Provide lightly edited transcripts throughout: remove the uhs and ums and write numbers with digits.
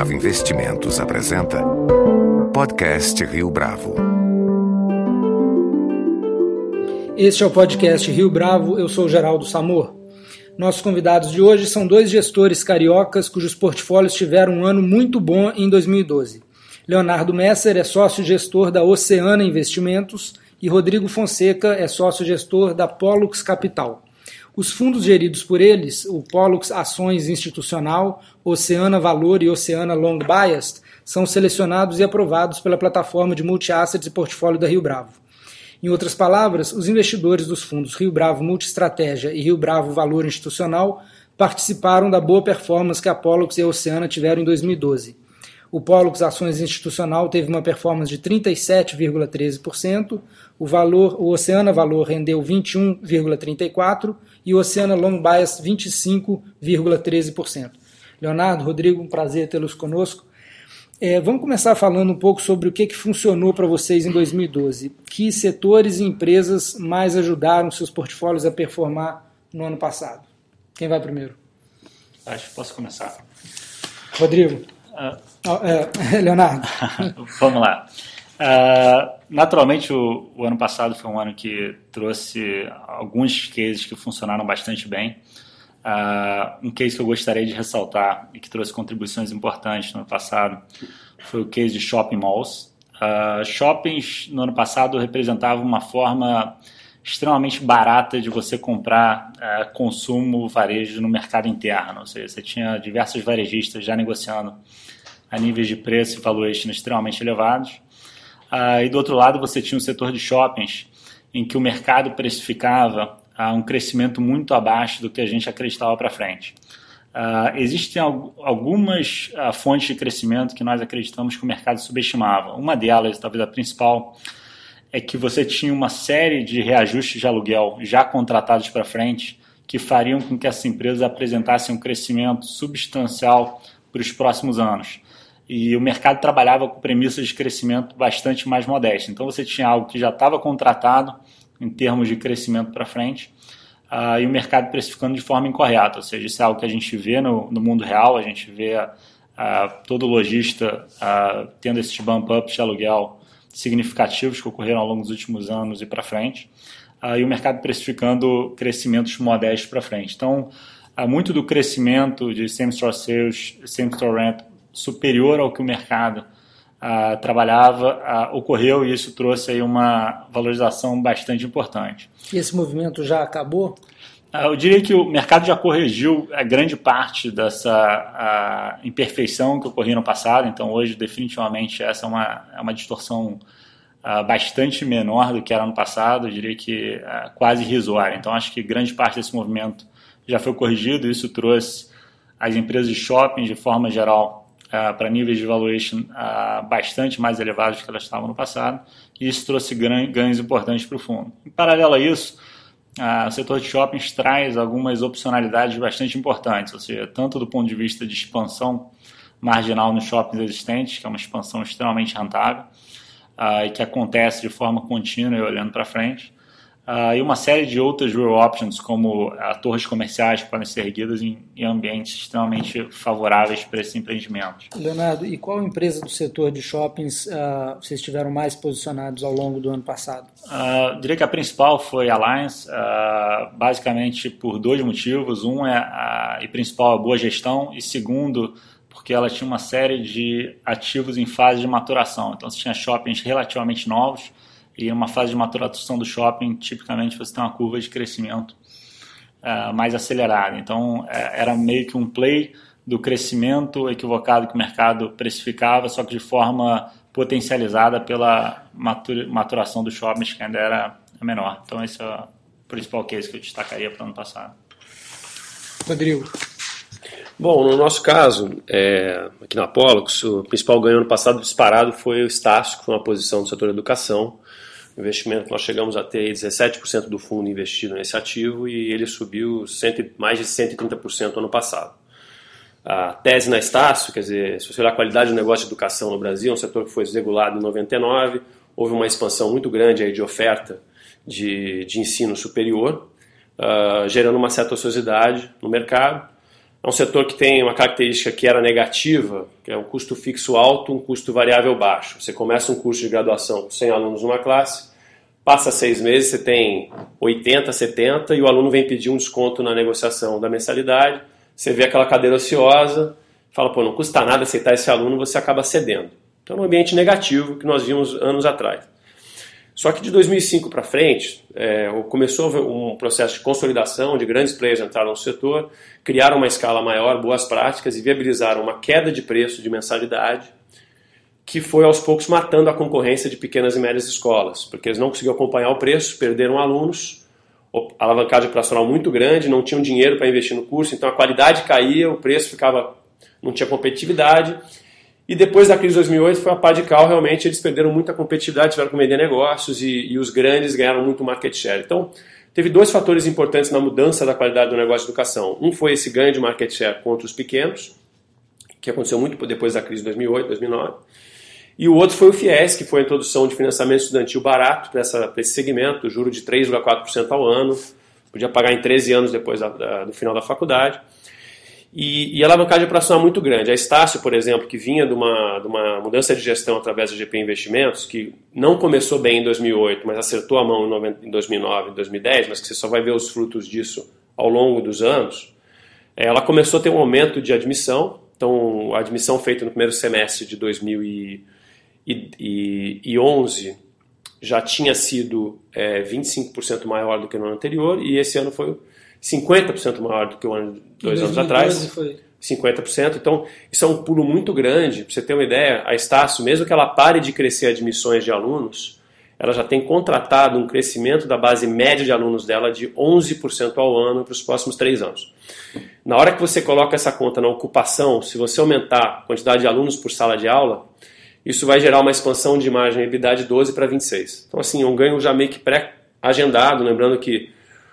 Bravo Investimentos apresenta Podcast Rio Bravo. Este é o podcast Rio Bravo, eu sou o Geraldo Samor. Nossos convidados de hoje são dois gestores cariocas cujos portfólios tiveram um ano muito bom em 2012. Leonardo Messer é sócio-gestor da Oceana Investimentos e Rodrigo Fonseca é sócio-gestor da Pollux Capital. Os fundos geridos por eles, o Pollux Ações Institucional, Oceana Valor e Oceana Long Biased, são selecionados e aprovados pela plataforma de multi-assets e portfólio da Rio Bravo. Em outras palavras, os investidores dos fundos Rio Bravo Multiestratégia e Rio Bravo Valor Institucional participaram da boa performance que a Pollux e a Oceana tiveram em 2012. O Pollux Ações Institucional teve uma performance de 37,13%, o Oceana Valor rendeu 21,34% e o Oceana Long Bias 25,13%. Leonardo, Rodrigo, um prazer tê-los conosco. Vamos começar falando um pouco sobre o que funcionou para vocês em 2012. Que setores e empresas mais ajudaram seus portfólios a performar no ano passado? Quem vai primeiro? Acho que posso começar. Rodrigo. Leonardo. Vamos lá. Naturalmente, o ano passado foi um ano que trouxe alguns cases que funcionaram bastante bem. Um case que eu gostaria de ressaltar e que trouxe contribuições importantes no ano passado foi o case de shopping malls. Shoppings, no ano passado, representavam uma forma extremamente barata de você comprar consumo varejo no mercado interno. Ou seja, você tinha diversos varejistas já negociando a níveis de preço e valuation extremamente elevados. E do outro lado você tinha um setor de shoppings em que o mercado precificava um crescimento muito abaixo do que a gente acreditava para frente. Existem algumas fontes de crescimento que nós acreditamos que o mercado subestimava. Uma delas, talvez a principal, é que você tinha uma série de reajustes de aluguel já contratados para frente que fariam com que essas empresas apresentassem um crescimento substancial para os próximos anos. E o mercado trabalhava com premissas de crescimento bastante mais modestas. Então você tinha algo que já estava contratado em termos de crescimento para frente e o mercado precificando de forma incorreta. Ou seja, isso é algo que a gente vê no mundo real, a gente vê todo lojista tendo esses bump-ups de aluguel significativos que ocorreram ao longo dos últimos anos e para frente, e o mercado precificando crescimentos modestos para frente. Então, muito do crescimento de same-store sales, same-store rent superior ao que o mercado trabalhava, ocorreu, e isso trouxe aí uma valorização bastante importante. E esse movimento já acabou? Eu diria que o mercado já corrigiu a grande parte dessa imperfeição que ocorreu no passado, então hoje definitivamente essa é uma distorção bastante menor do que era no passado, eu diria que quase irrisória. Então acho que grande parte desse movimento já foi corrigido, isso trouxe as empresas de shopping de forma geral para níveis de valuation bastante mais elevados do que elas estavam no passado, e isso trouxe ganhos importantes para o fundo. Em paralelo a isso, o setor de shoppings traz algumas opcionalidades bastante importantes, ou seja, tanto do ponto de vista de expansão marginal nos shoppings existentes, que é uma expansão extremamente rentável e que acontece de forma contínua e olhando para frente, e uma série de outras real options, como torres comerciais que podem ser erguidas em ambientes extremamente favoráveis para esses empreendimentos. Leonardo, e qual empresa do setor de shoppings vocês estiveram mais posicionados ao longo do ano passado? Diria que a principal foi a Alliance, basicamente por dois motivos. Um e principal, a boa gestão, e segundo, porque ela tinha uma série de ativos em fase de maturação. Então você tinha shoppings relativamente novos, e numa fase de maturação do shopping, tipicamente você tem uma curva de crescimento mais acelerada. Então, era meio que um play do crescimento equivocado que o mercado precificava, só que de forma potencializada pela maturação dos shoppings, que ainda era menor. Então, esse é o principal case que eu destacaria para o ano passado. Rodrigo. Bom, no nosso caso, aqui na Pollux, o principal ganho ano passado disparado foi o Estácio, que foi uma posição do setor de educação. Investimento que nós chegamos a ter 17% do fundo investido nesse ativo, e ele subiu mais de 130% ano passado. A tese na Estácio, quer dizer, se você olhar a qualidade do negócio de educação no Brasil, é um setor que foi desregulado em 99, houve uma expansão muito grande aí de oferta de ensino superior, gerando uma certa ociosidade no mercado. É um setor que tem uma característica que era negativa, que é um custo fixo alto, um custo variável baixo. Você começa um curso de graduação com 100 alunos numa classe, passa 6 meses, você tem 80, 70 e o aluno vem pedir um desconto na negociação da mensalidade. Você vê aquela cadeira ociosa, fala, pô, não custa nada aceitar esse aluno, você acaba cedendo. Então é um ambiente negativo que nós vimos anos atrás. Só que de 2005 para frente, começou um processo de consolidação, onde grandes players entraram no setor, criaram uma escala maior, boas práticas e viabilizaram uma queda de preço de mensalidade que foi aos poucos matando a concorrência de pequenas e médias escolas, porque eles não conseguiam acompanhar o preço, perderam alunos, a alavancagem operacional muito grande, não tinham dinheiro para investir no curso, então a qualidade caía, o preço não tinha competitividade. E depois da crise de 2008 foi a pá de cal, realmente eles perderam muita competitividade, tiveram que vender negócios e os grandes ganharam muito market share. Então, teve 2 fatores importantes na mudança da qualidade do negócio de educação. Um foi esse ganho de market share contra os pequenos, que aconteceu muito depois da crise de 2008, 2009. E o outro foi o FIES, que foi a introdução de financiamento estudantil barato para esse segmento, juro de 3,4% ao ano, podia pagar em 13 anos depois do final da faculdade. E a alavancagem operacional muito grande. A Estácio, por exemplo, que vinha de uma mudança de gestão através da GP Investimentos, que não começou bem em 2008, mas acertou a mão em 2009, 2010, mas que você só vai ver os frutos disso ao longo dos anos, ela começou a ter um aumento de admissão. Então, a admissão feita no primeiro semestre de 2011 já tinha sido 25% maior do que no ano anterior, e esse ano foi 50% maior do que o ano 2 anos atrás. Foi 50%. Então, isso é um pulo muito grande. Para você ter uma ideia, a Estácio, mesmo que ela pare de crescer admissões de alunos, ela já tem contratado um crescimento da base média de alunos dela de 11% ao ano para os próximos 3 anos. Na hora que você coloca essa conta na ocupação, se você aumentar a quantidade de alunos por sala de aula, isso vai gerar uma expansão de margem EBITDA de 12 para 26. Então, assim, um ganho já meio que pré-agendado, lembrando que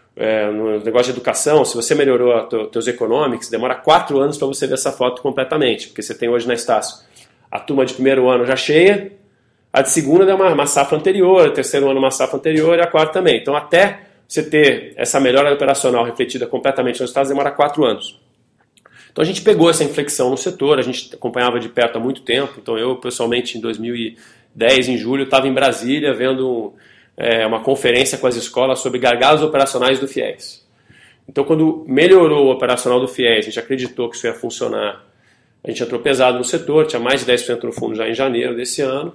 no negócio de educação, se você melhorou teus economics, demora 4 anos para você ver essa foto completamente, porque você tem hoje na Estácio a turma de primeiro ano já cheia, a de segundo é uma safra anterior, o terceiro ano uma safra anterior e a quarta também. Então até você ter essa melhora operacional refletida completamente nos resultados demora 4 anos. Então a gente pegou essa inflexão no setor, a gente acompanhava de perto há muito tempo. Então eu pessoalmente em 2010, em julho, estava em Brasília vendo uma conferência com as escolas sobre gargalos operacionais do FIES. Então, quando melhorou o operacional do FIES, a gente acreditou que isso ia funcionar. A gente entrou pesado no setor, tinha mais de 10% no fundo já em janeiro desse ano,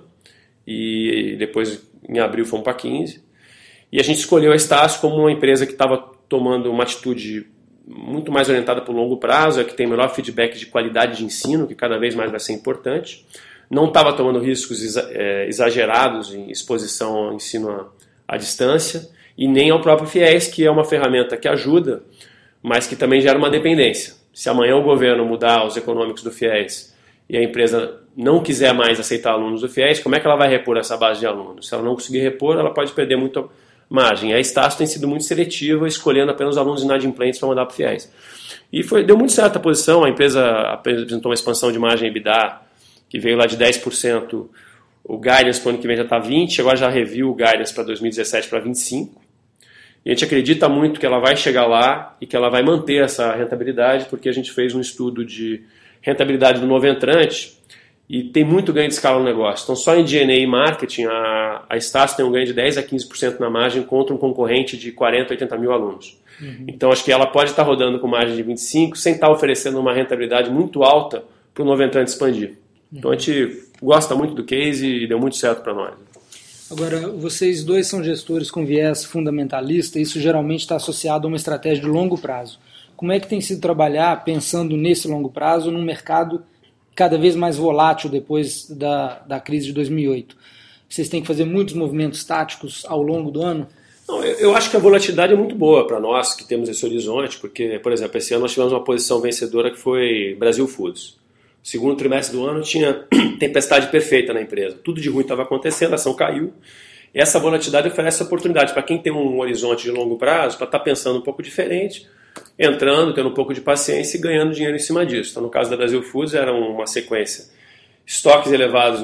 e depois em abril fomos para 15%. E a gente escolheu a Estácio como uma empresa que estava tomando uma atitude muito mais orientada para o longo prazo, que tem melhor feedback de qualidade de ensino, que cada vez mais vai ser importante. Não estava tomando riscos exagerados em exposição ao ensino à distância e nem ao próprio FIES, que é uma ferramenta que ajuda, mas que também gera uma dependência. Se amanhã o governo mudar os econômicos do FIES e a empresa não quiser mais aceitar alunos do FIES, como é que ela vai repor essa base de alunos? Se ela não conseguir repor, ela pode perder muita margem. A Estácio tem sido muito seletiva, escolhendo apenas alunos inadimplentes para mandar para o FIES. E deu muito certo a posição, a empresa apresentou uma expansão de margem EBITDA que veio lá de 10%, o guidance para o ano que vem já está 20%, agora já reviu o guidance para 2017 para 25%. E a gente acredita muito que ela vai chegar lá e que ela vai manter essa rentabilidade, porque a gente fez um estudo de rentabilidade do novo entrante e tem muito ganho de escala no negócio. Então só em D&A e marketing, a Estácio tem um ganho de 10% a 15% na margem contra um concorrente de 40, 80 mil alunos. Então acho que ela pode estar rodando com margem de 25% sem estar oferecendo uma rentabilidade muito alta para o novo entrante expandir. Então a gente gosta muito do case e deu muito certo para nós. Agora, vocês dois são gestores com viés fundamentalista, isso geralmente está associado a uma estratégia de longo prazo. Como é que tem sido trabalhar pensando nesse longo prazo num mercado cada vez mais volátil depois da crise de 2008? Vocês têm que fazer muitos movimentos táticos ao longo do ano? Não, eu acho que a volatilidade é muito boa para nós que temos esse horizonte, porque, por exemplo, esse ano nós tivemos uma posição vencedora que foi Brasil Foods. Segundo trimestre do ano tinha tempestade perfeita na empresa. Tudo de ruim estava acontecendo, a ação caiu. E essa volatilidade oferece oportunidade para quem tem um horizonte de longo prazo, para estar pensando um pouco diferente, entrando, tendo um pouco de paciência e ganhando dinheiro em cima disso. Então, no caso da Brasil Foods, era uma sequência. Estoques elevados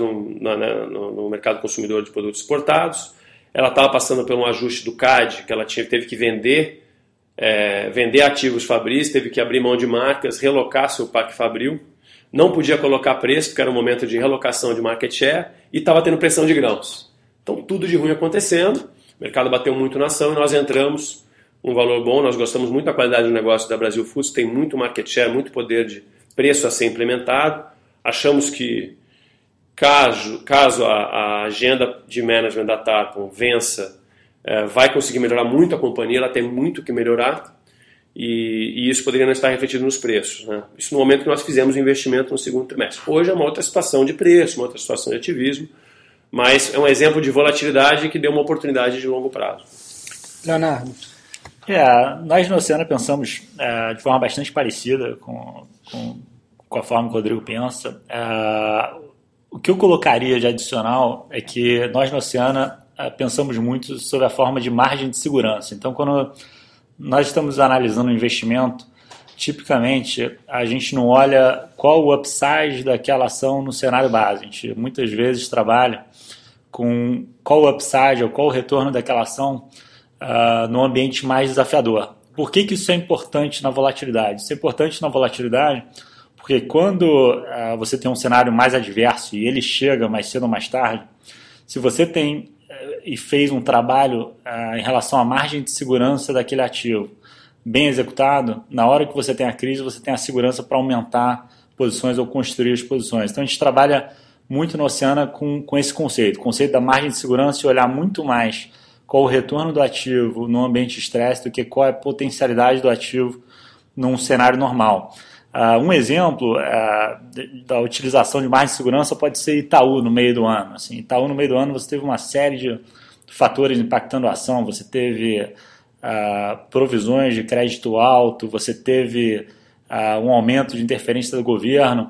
no mercado consumidor de produtos exportados. Ela estava passando por um ajuste do CAD, que ela teve que vender vender ativos fabris, teve que abrir mão de marcas, relocar seu parque fabril, não podia colocar preço, porque era um momento de relocação de market share, e estava tendo pressão de grãos. Então, tudo de ruim acontecendo, o mercado bateu muito na ação e nós entramos um valor bom, nós gostamos muito da qualidade do negócio da Brasil Foods, tem muito market share, muito poder de preço a ser implementado. Achamos que, caso a agenda de management da Tarpon vença, vai conseguir melhorar muito a companhia, ela tem muito que melhorar, e isso poderia não estar refletido nos preços, né? Isso no momento que nós fizemos o investimento no segundo trimestre. Hoje é uma outra situação de preço, uma outra situação de ativismo, mas é um exemplo de volatilidade que deu uma oportunidade de longo prazo. Leonardo. Nós na Oceana pensamos de forma bastante parecida com a forma que o Rodrigo pensa. O que eu colocaria de adicional é que nós na Oceana pensamos muito sobre a forma de margem de segurança. Então, quando nós estamos analisando o investimento, tipicamente a gente não olha qual o upside daquela ação no cenário base. A gente muitas vezes trabalha com qual o upside ou qual o retorno daquela ação no ambiente mais desafiador. Por que isso é importante na volatilidade? Isso é importante na volatilidade porque quando você tem um cenário mais adverso e ele chega mais cedo ou mais tarde, se você tem e fez um trabalho em relação à margem de segurança daquele ativo bem executado, na hora que você tem a crise, você tem a segurança para aumentar posições ou construir as posições. Então a gente trabalha muito na Oceana com esse conceito, o conceito da margem de segurança, e olhar muito mais qual o retorno do ativo no ambiente de estresse do que qual é a potencialidade do ativo num cenário normal. Um exemplo da utilização de margem de segurança pode ser Itaú no meio do ano. Assim, Itaú no meio do ano você teve uma série de fatores impactando a ação, você teve provisões de crédito alto, você teve um aumento de interferência do governo,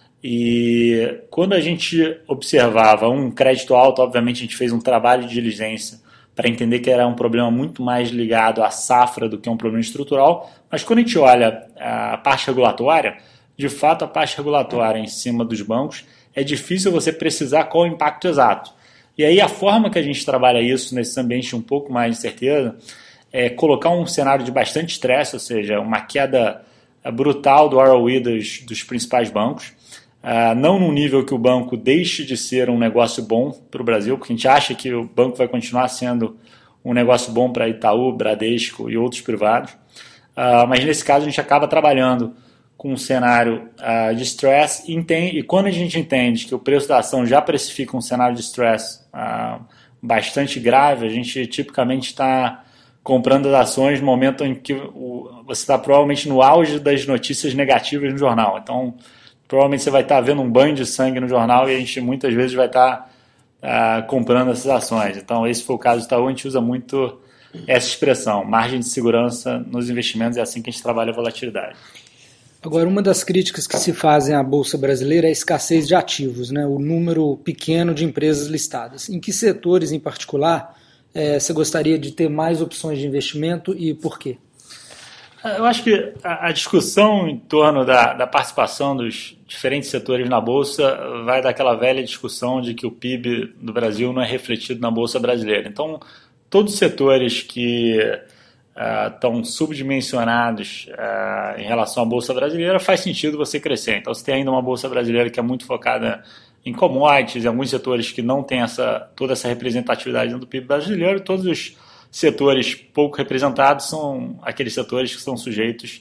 e quando a gente observava um crédito alto, obviamente a gente fez um trabalho de diligência para entender que era um problema muito mais ligado à safra do que um problema estrutural, mas quando a gente olha a parte regulatória, de fato a parte regulatória em cima dos bancos, é difícil você precisar qual o impacto exato. E aí a forma que a gente trabalha isso nesse ambiente um pouco mais de certeza é colocar um cenário de bastante estresse, ou seja, uma queda brutal do ROE dos principais bancos, não num nível que o banco deixe de ser um negócio bom para o Brasil, porque a gente acha que o banco vai continuar sendo um negócio bom para Itaú, Bradesco e outros privados, mas nesse caso a gente acaba trabalhando com um cenário de stress, e quando a gente entende que o preço da ação já precifica um cenário de stress bastante grave, a gente tipicamente está comprando as ações no momento em que você está provavelmente no auge das notícias negativas no jornal. Então, provavelmente você vai estar vendo um banho de sangue no jornal e a gente muitas vezes vai estar comprando essas ações. Então, esse foi o caso do Itaú, a gente usa muito essa expressão, margem de segurança nos investimentos, é assim que a gente trabalha a volatilidade. Agora, uma das críticas que se fazem à Bolsa Brasileira é a escassez de ativos, né? O número pequeno de empresas listadas. Em que setores, em particular, você gostaria de ter mais opções de investimento e por quê? Eu acho que a discussão em torno da participação dos diferentes setores na Bolsa vai daquela velha discussão de que o PIB do Brasil não é refletido na Bolsa brasileira. Então, todos os setores que estão subdimensionados em relação à Bolsa brasileira, faz sentido você crescer. Então, você tem ainda uma Bolsa brasileira que é muito focada em commodities, em alguns setores que não tem toda essa representatividade dentro do PIB brasileiro. Todos os setores pouco representados são aqueles setores que são sujeitos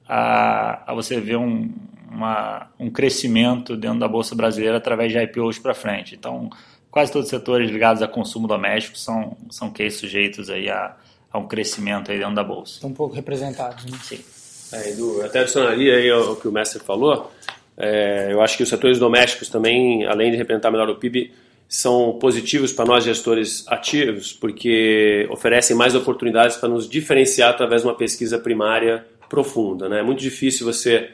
a você ver um crescimento dentro da Bolsa brasileira através de IPOs para frente. Então, quase todos os setores ligados a consumo doméstico são cases sujeitos aí a um crescimento aí dentro da Bolsa. Estão pouco representados, né? Sim. Edu, eu até adicionaria aí ao que o mestre falou. Eu acho que os setores domésticos também, além de representar melhor o PIB, são positivos para nós gestores ativos, porque oferecem mais oportunidades para nos diferenciar através de uma pesquisa primária profunda, né? É muito difícil você,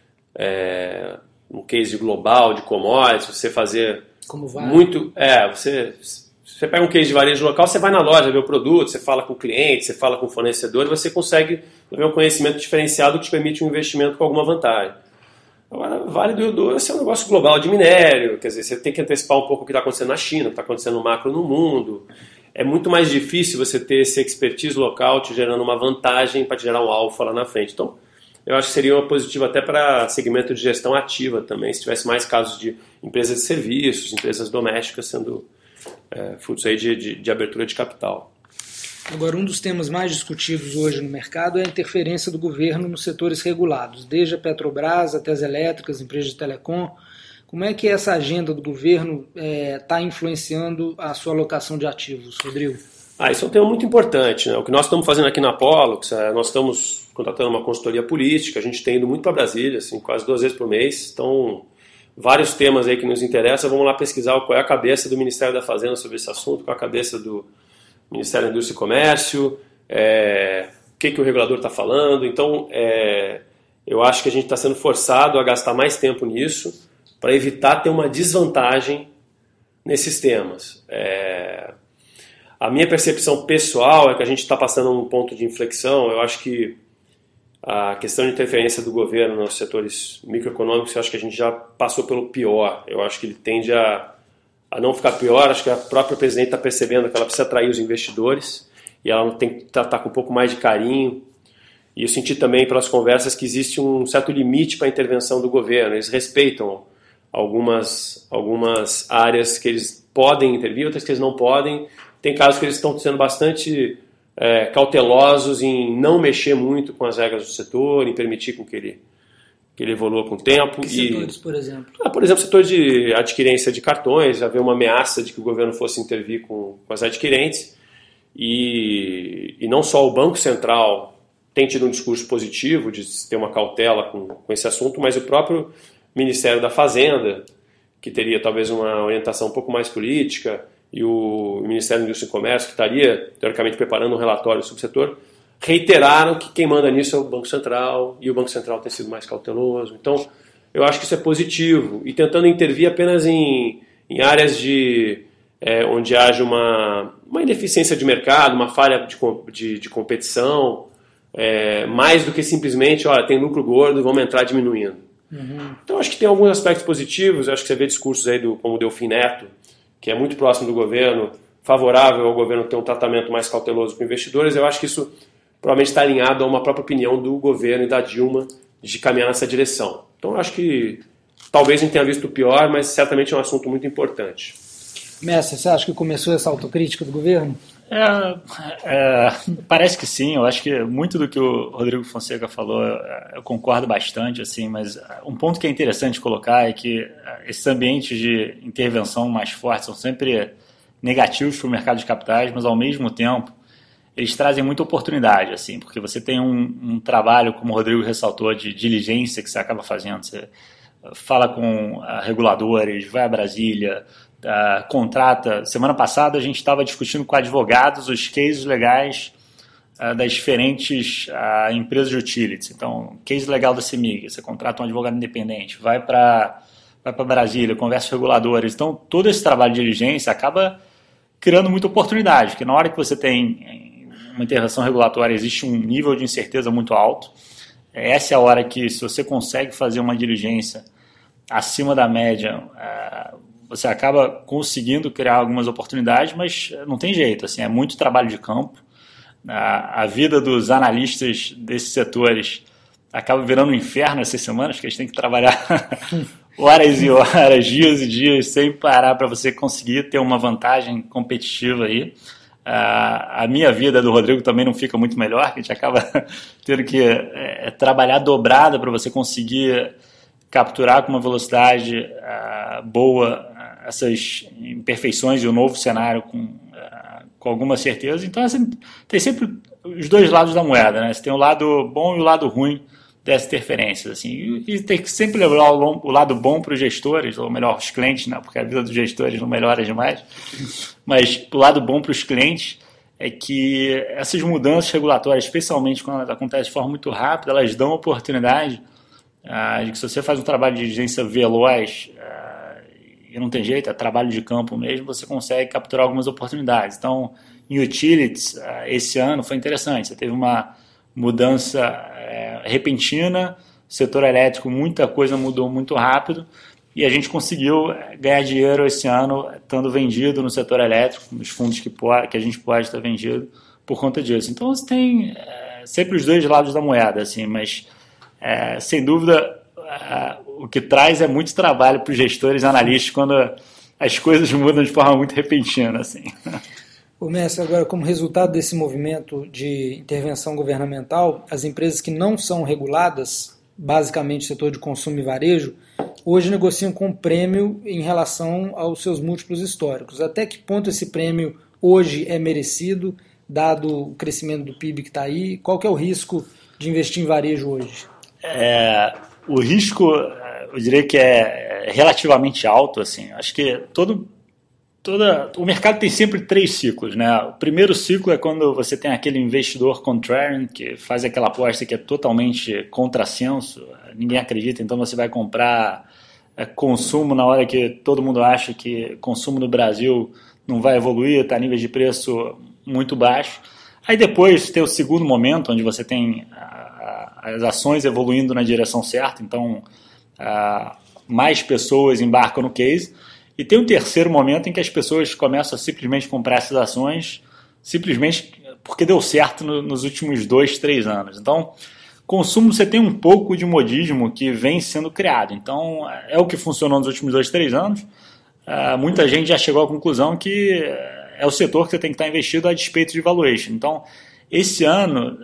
um case global de commodities, você fazer como vai? Muito... Você pega um case de varejo local, você vai na loja ver o produto, você fala com o cliente, você fala com o fornecedor, e você consegue ter um conhecimento diferenciado que te permite um investimento com alguma vantagem. Agora, Vale do Rio Doce é um negócio global de minério, quer dizer, você tem que antecipar um pouco o que está acontecendo na China, o que está acontecendo no macro no mundo. é muito mais difícil você ter esse expertise local te gerando uma vantagem para te gerar um alfa lá na frente. Então, eu acho que seria uma positiva até para segmento de gestão ativa também, se tivesse mais casos de empresas de serviços, empresas domésticas sendo frutos aí de abertura de capital. Agora, um dos temas mais discutidos hoje no mercado é a interferência do governo nos setores regulados, desde a Petrobras até as elétricas, empresas de telecom. Como é que essa agenda do governo está influenciando a sua alocação de ativos, Rodrigo? Isso é um tema muito importante, né? O que nós estamos fazendo aqui na Pollux, nós estamos contratando uma consultoria política, a gente tem ido muito para Brasília, assim, quase 2 vezes por mês, então vários temas aí que nos interessam, vamos lá pesquisar qual é a cabeça do Ministério da Fazenda sobre esse assunto, qual é a cabeça do Ministério da Indústria e Comércio, o que o regulador está falando. Então, eu acho que a gente está sendo forçado a gastar mais tempo nisso para evitar ter uma desvantagem nesses temas. A minha percepção pessoal é que a gente está passando um ponto de inflexão. Eu acho que a questão de interferência do governo nos setores microeconômicos, eu acho que a gente já passou pelo pior. Eu acho que ele tende a não ficar pior. Acho que a própria presidente está percebendo que ela precisa atrair os investidores e ela tem que tratar com um pouco mais de carinho. E eu senti também pelas conversas que existe um certo limite para a intervenção do governo. Eles respeitam algumas áreas que eles podem intervir, outras que eles não podem. Tem casos que eles estão sendo bastante cautelosos em não mexer muito com as regras do setor, em permitir com que ele evolua com o tempo. Que setores, por exemplo? Por exemplo, setor de adquirência de cartões, havia uma ameaça de que o governo fosse intervir com as adquirentes, e não só o Banco Central tem tido um discurso positivo de ter uma cautela com esse assunto, mas o próprio Ministério da Fazenda, que teria talvez uma orientação um pouco mais política, e o Ministério da Indústria e Comércio, que estaria, teoricamente, preparando um relatório sobre o setor, reiteraram que quem manda nisso é o Banco Central, e o Banco Central tem sido mais cauteloso. Então, eu acho que isso é positivo, e tentando intervir apenas em áreas onde haja uma ineficiência de mercado, uma falha de competição, mais do que simplesmente, olha, tem lucro gordo, vamos entrar diminuindo. Uhum. Então, acho que tem alguns aspectos positivos. Acho que você vê discursos aí como o Delfim Neto, que é muito próximo do governo, favorável ao governo ter um tratamento mais cauteloso com investidores. Eu acho que isso provavelmente está alinhado a uma própria opinião do governo e da Dilma de caminhar nessa direção. Então, eu acho que talvez a gente tenha visto o pior, mas certamente é um assunto muito importante. Mestre, você acha que começou essa autocrítica do governo? Parece que sim. Eu acho que muito do que o Rodrigo Fonseca falou eu concordo bastante, assim, mas um ponto que é interessante colocar é que esses ambientes de intervenção mais fortes são sempre negativos para o mercado de capitais, mas ao mesmo tempo eles trazem muita oportunidade, assim, porque você tem um trabalho, como o Rodrigo ressaltou, de diligência que você acaba fazendo. Você fala com reguladores, vai a Brasília, contrata. Semana passada a gente estava discutindo com advogados os cases legais das diferentes empresas de utilities. Então, case legal da CEMIG, você contrata um advogado independente, vai para Brasília, conversa com reguladores. Então, todo esse trabalho de diligência acaba criando muita oportunidade, porque na hora que você tem uma intervenção regulatória existe um nível de incerteza muito alto. Essa é a hora que, se você consegue fazer uma diligência acima da média, você acaba conseguindo criar algumas oportunidades, mas não tem jeito, assim, é muito trabalho de campo. A vida dos analistas desses setores acaba virando um inferno essas semanas, porque eles têm que trabalhar horas e horas, dias e dias, sem parar para você conseguir ter uma vantagem competitiva aí. A minha vida do Rodrigo também não fica muito melhor, que a gente acaba tendo que trabalhar dobrada para você conseguir capturar com uma velocidade boa essas imperfeições e o novo cenário com alguma certeza. Então, assim, tem sempre os dois lados da moeda, né? Você tem o lado bom e o lado ruim dessas interferências, assim, e tem que sempre levar o lado bom para os gestores, ou melhor, os clientes, né? Porque a vida dos gestores não melhora demais, mas o lado bom para os clientes é que essas mudanças regulatórias, especialmente quando elas acontecem de forma muito rápida, elas dão oportunidade de que, se você faz um trabalho de diligência veloz, e não tem jeito, é trabalho de campo mesmo, você consegue capturar algumas oportunidades. Então, em utilities, esse ano foi interessante, você teve uma mudança repentina, setor elétrico, muita coisa mudou muito rápido, e a gente conseguiu ganhar dinheiro esse ano estando vendido no setor elétrico, nos fundos que a gente pode estar vendido por conta disso. Então você tem sempre os dois lados da moeda, assim, mas sem dúvida o que traz é muito trabalho para os gestores e analistas quando as coisas mudam de forma muito repentina, assim. O Mestre, agora, como resultado desse movimento de intervenção governamental, as empresas que não são reguladas, basicamente setor de consumo e varejo, hoje negociam com prêmio em relação aos seus múltiplos históricos. Até que ponto esse prêmio hoje é merecido, dado o crescimento do PIB que está aí? Qual que é o risco de investir em varejo hoje? O risco, eu diria que é relativamente alto, assim. Acho que o mercado tem sempre 3 ciclos, né? O primeiro ciclo é quando você tem aquele investidor contrarian que faz aquela aposta que é totalmente contrassenso, ninguém acredita, então você vai comprar consumo na hora que todo mundo acha que consumo no Brasil não vai evoluir, está a níveis de preço muito baixo. Aí depois tem o segundo momento, onde você tem as ações evoluindo na direção certa, então mais pessoas embarcam no case. E tem um terceiro momento em que as pessoas começam a simplesmente comprar essas ações simplesmente porque deu certo nos últimos 2, 3 anos. Então, consumo, você tem um pouco de modismo que vem sendo criado. Então, é o que funcionou nos últimos 2, 3 anos. Muita gente já chegou à conclusão que é o setor que você tem que estar investido a despeito de valuation. Então, esse ano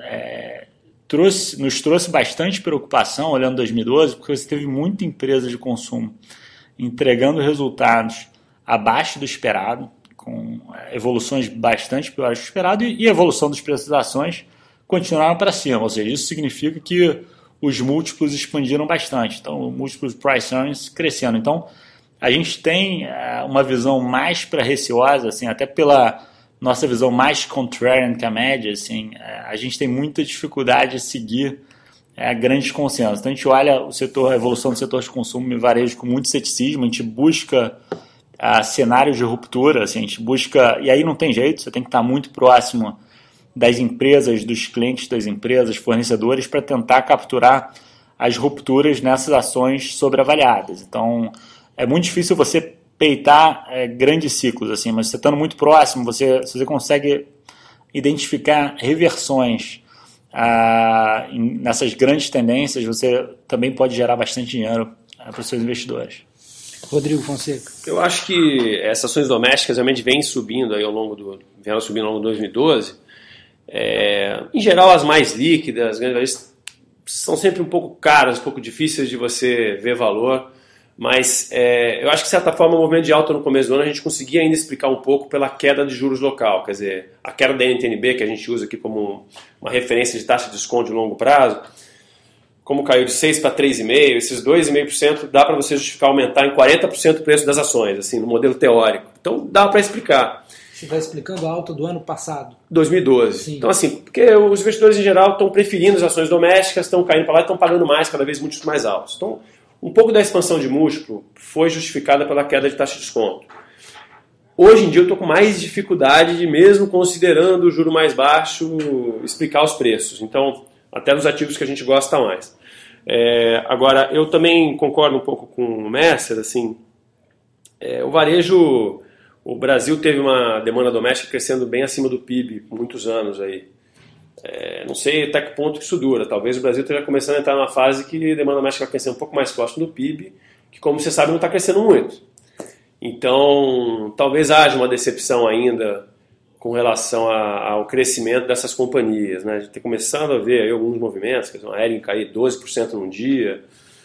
nos trouxe bastante preocupação, olhando 2012, porque você teve muita empresa de consumo entregando resultados abaixo do esperado, com evoluções bastante piores do esperado, e a evolução dos preços das ações continuaram para cima. Ou seja, isso significa que os múltiplos expandiram bastante. Então, múltiplos price earnings crescendo. Então, a gente tem uma visão mais receosa, assim, até pela nossa visão mais contrarian que a média, assim, a gente tem muita dificuldade de seguir grandes consensos. Então a gente olha a evolução do setor de consumo e varejo com muito ceticismo, a gente busca cenários de ruptura, assim, a gente busca, e aí não tem jeito, você tem que estar muito próximo das empresas, dos clientes das empresas, fornecedores, para tentar capturar as rupturas nessas ações sobreavaliadas. Então é muito difícil você peitar grandes ciclos, assim, mas você estando muito próximo, se você consegue identificar reversões nessas grandes tendências, você também pode gerar bastante dinheiro para os seus investidores. Rodrigo Fonseca. Eu acho que essas ações domésticas realmente vieram subindo ao longo de 2012. Em geral, as mais líquidas, as grandes, são sempre um pouco caras, um pouco difíceis de você ver valor. Mas eu acho que, de certa forma, o movimento de alta no começo do ano a gente conseguia ainda explicar um pouco pela queda de juros local. Quer dizer, a queda da NTNB, que a gente usa aqui como uma referência de taxa de desconto de longo prazo, como caiu de 6% para 3,5%, esses 2,5% dá para você justificar aumentar em 40% o preço das ações, assim, no modelo teórico. Então, dá para explicar. Você está explicando a alta do ano passado. 2012. Sim. Então, assim, porque os investidores, em geral, estão preferindo as ações domésticas, estão caindo para lá e estão pagando mais, cada vez múltiplos mais altos. Então, um pouco da expansão de múltiplo foi justificada pela queda de taxa de desconto. Hoje em dia eu estou com mais dificuldade de, mesmo considerando o juro mais baixo, explicar os preços. Então, até nos ativos que a gente gosta mais. Agora, eu também concordo um pouco com o Messer, assim, o varejo, o Brasil teve uma demanda doméstica crescendo bem acima do PIB por muitos anos aí. Não sei até que ponto isso dura. Talvez o Brasil esteja começando a entrar numa fase que a demanda doméstica vai crescer um pouco mais próximo do PIB, que, como você sabe, não está crescendo muito. Então, talvez haja uma decepção ainda com relação ao crescimento dessas companhias, né? A gente está começando a ver aí alguns movimentos, quer dizer, uma Hering cair 12% num dia.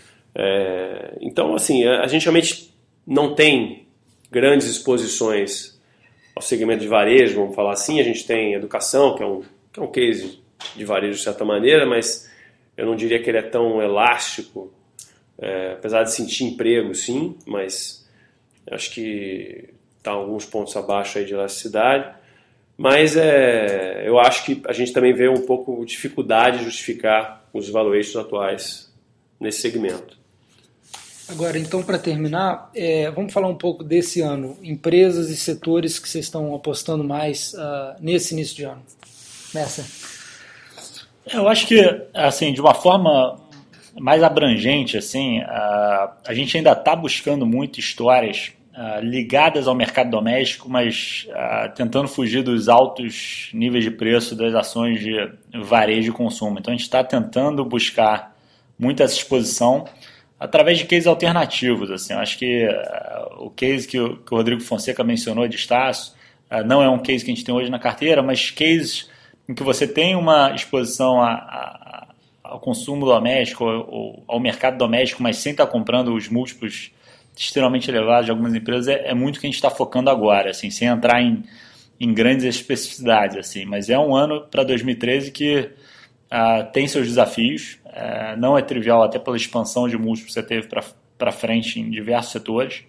Então, assim, a gente realmente não tem grandes exposições ao segmento de varejo, vamos falar assim. A gente tem educação, que é um case de varejo de certa maneira, mas eu não diria que ele é tão elástico, apesar de sentir emprego, sim, mas acho que está alguns pontos abaixo aí de elasticidade. Mas eu acho que a gente também vê um pouco de dificuldade de justificar os valuations atuais nesse segmento. Agora, então, para terminar, vamos falar um pouco desse ano. Empresas e setores que vocês estão apostando mais nesse início de ano. Nessa. Eu acho que, assim, de uma forma mais abrangente, assim, a gente ainda está buscando muito histórias ligadas ao mercado doméstico, mas tentando fugir dos altos níveis de preço das ações de varejo e consumo. Então a gente está tentando buscar muito essa exposição através de cases alternativos. Assim. Eu acho que o case que o Rodrigo Fonseca mencionou de Estácio não é um case que a gente tem hoje na carteira, mas cases em que você tem uma exposição ao consumo doméstico ou ao mercado doméstico, mas sem estar comprando os múltiplos extremamente elevados de algumas empresas, é muito que a gente está focando agora, assim, sem entrar em grandes especificidades. Assim. Mas é um ano para 2013 que tem seus desafios, não é trivial, até pela expansão de múltiplos que você teve para frente em diversos setores,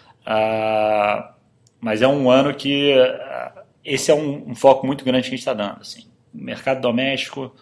mas é um ano que esse é um foco muito grande que a gente está dando. Assim. Mercado doméstico,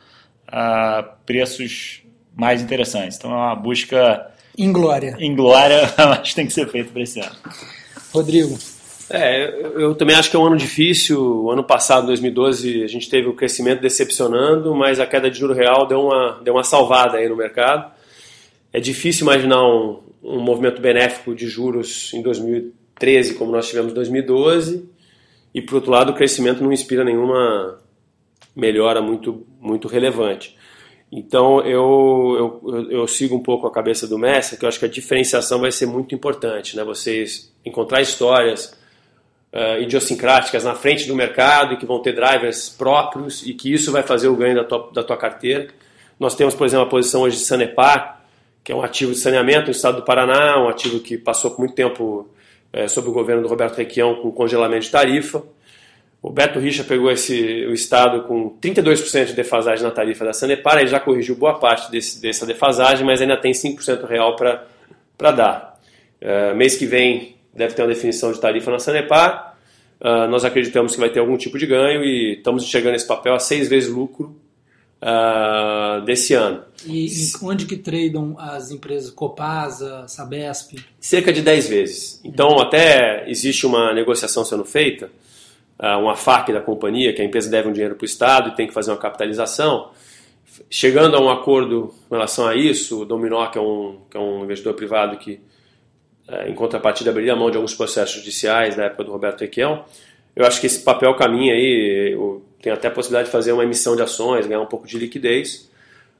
preços mais interessantes. Então é uma busca inglória, mas tem que ser feito para esse ano. Rodrigo? Eu também acho que é um ano difícil. O ano passado, 2012, a gente teve o crescimento decepcionando, mas a queda de juro real deu uma salvada aí no mercado. É difícil imaginar um movimento benéfico de juros em 2013 como nós tivemos em 2012, e por outro lado o crescimento não inspira nenhuma melhora muito relevante. Então eu sigo um pouco a cabeça do Messer, que eu acho que a diferenciação vai ser muito importante, né? Vocês encontrar histórias idiosincráticas na frente do mercado e que vão ter drivers próprios e que isso vai fazer o ganho da tua carteira. Nós temos, por exemplo, a posição hoje de Sanepar, que é um ativo de saneamento no estado do Paraná, um ativo que passou por muito tempo sob o governo do Roberto Requião com congelamento de tarifa. O Beto Richa pegou o estado com 32% de defasagem na tarifa da Sanepar, ele já corrigiu boa parte dessa defasagem, mas ainda tem 5% real para dar. Mês que vem deve ter uma definição de tarifa na Sanepar, nós acreditamos que vai ter algum tipo de ganho e estamos enxergando esse papel a 6 vezes lucro desse ano. E onde que tradam as empresas Copasa, Sabesp? Cerca de 10 vezes. Então até existe uma negociação sendo feita, uma FAQ da companhia, que a empresa deve um dinheiro para o Estado e tem que fazer uma capitalização. Chegando a um acordo com relação a isso, o Dominó, que é um investidor privado que, em contrapartida, abriria a mão de alguns processos judiciais da época do Roberto Requião, eu acho que esse papel caminha aí, tem até a possibilidade de fazer uma emissão de ações, ganhar um pouco de liquidez.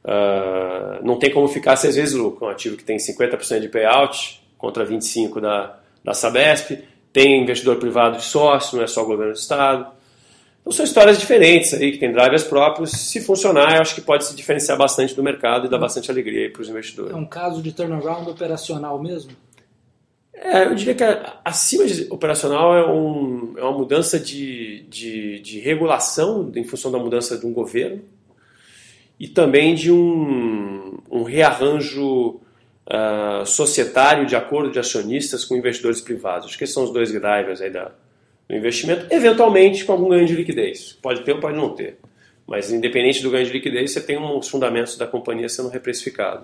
Não tem como ficar 6 vezes lucro. Um ativo que tem 50% de payout contra 25% da Sabesp, tem investidor privado de sócio, não é só o governo do Estado. Então são histórias diferentes aí, que tem drivers próprios. Se funcionar, eu acho que pode se diferenciar bastante do mercado e dar bastante alegria aí para os investidores. É um caso de turnaround operacional mesmo? Eu diria que acima de operacional é uma mudança de regulação em função da mudança de um governo e também de um rearranjo societário de acordo de acionistas com investidores privados. Acho que esses são os 2 drivers aí do investimento, eventualmente com algum ganho de liquidez. Pode ter ou pode não ter. Mas independente do ganho de liquidez, você tem os fundamentos da companhia sendo reprecificados.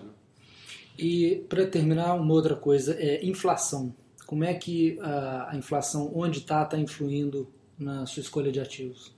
E para terminar, uma outra coisa é inflação. Como é que a inflação, onde está influindo na sua escolha de ativos?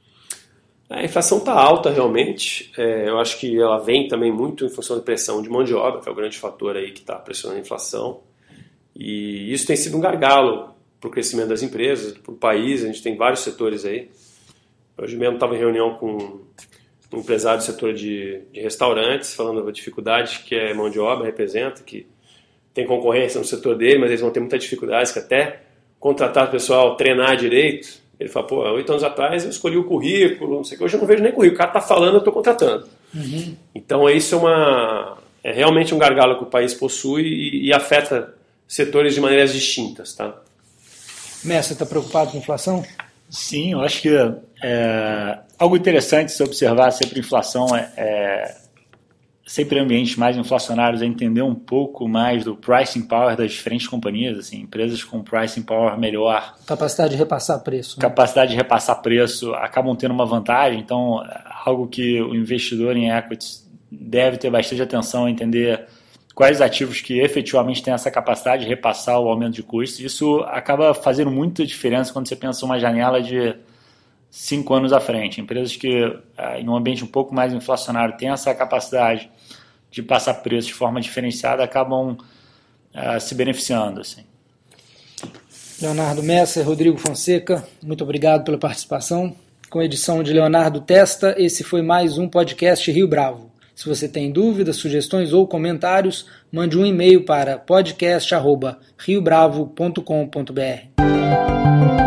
A inflação está alta realmente, eu acho que ela vem também muito em função da pressão de mão de obra, que é o grande fator aí que está pressionando a inflação, e isso tem sido um gargalo para o crescimento das empresas, para o país. A gente tem vários setores aí. Hoje mesmo estava em reunião com um empresário do setor de restaurantes, falando da dificuldade que a mão de obra representa, que tem concorrência no setor dele, mas eles vão ter muita dificuldade, que até contratar o pessoal, treinar direito. Ele fala, 8 anos atrás eu escolhi o currículo, não sei o que, hoje eu não vejo nem currículo, o cara está falando, eu estou contratando. Uhum. Então isso é realmente um gargalo que o país possui e afeta setores de maneiras distintas. Tá? Mestre, está preocupado com a inflação? Sim, eu acho que algo interessante se observar sempre inflação sempre em ambientes mais inflacionários, é entender um pouco mais do pricing power das diferentes companhias, assim, empresas com pricing power melhor. Capacidade de repassar preço. Né? Capacidade de repassar preço, acabam tendo uma vantagem, então algo que o investidor em equities deve ter bastante atenção a entender quais ativos que efetivamente têm essa capacidade de repassar o aumento de custos. Isso acaba fazendo muita diferença quando você pensa uma janela de 5 anos à frente. Empresas que, em um ambiente um pouco mais inflacionário, têm essa capacidade de passar preço de forma diferenciada acabam se beneficiando. Assim. Leonardo Messer, Rodrigo Fonseca, muito obrigado pela participação. Com a edição de Leonardo Testa, esse foi mais um podcast Rio Bravo. Se você tem dúvidas, sugestões ou comentários, mande um e-mail para podcast@riobravo.com.br.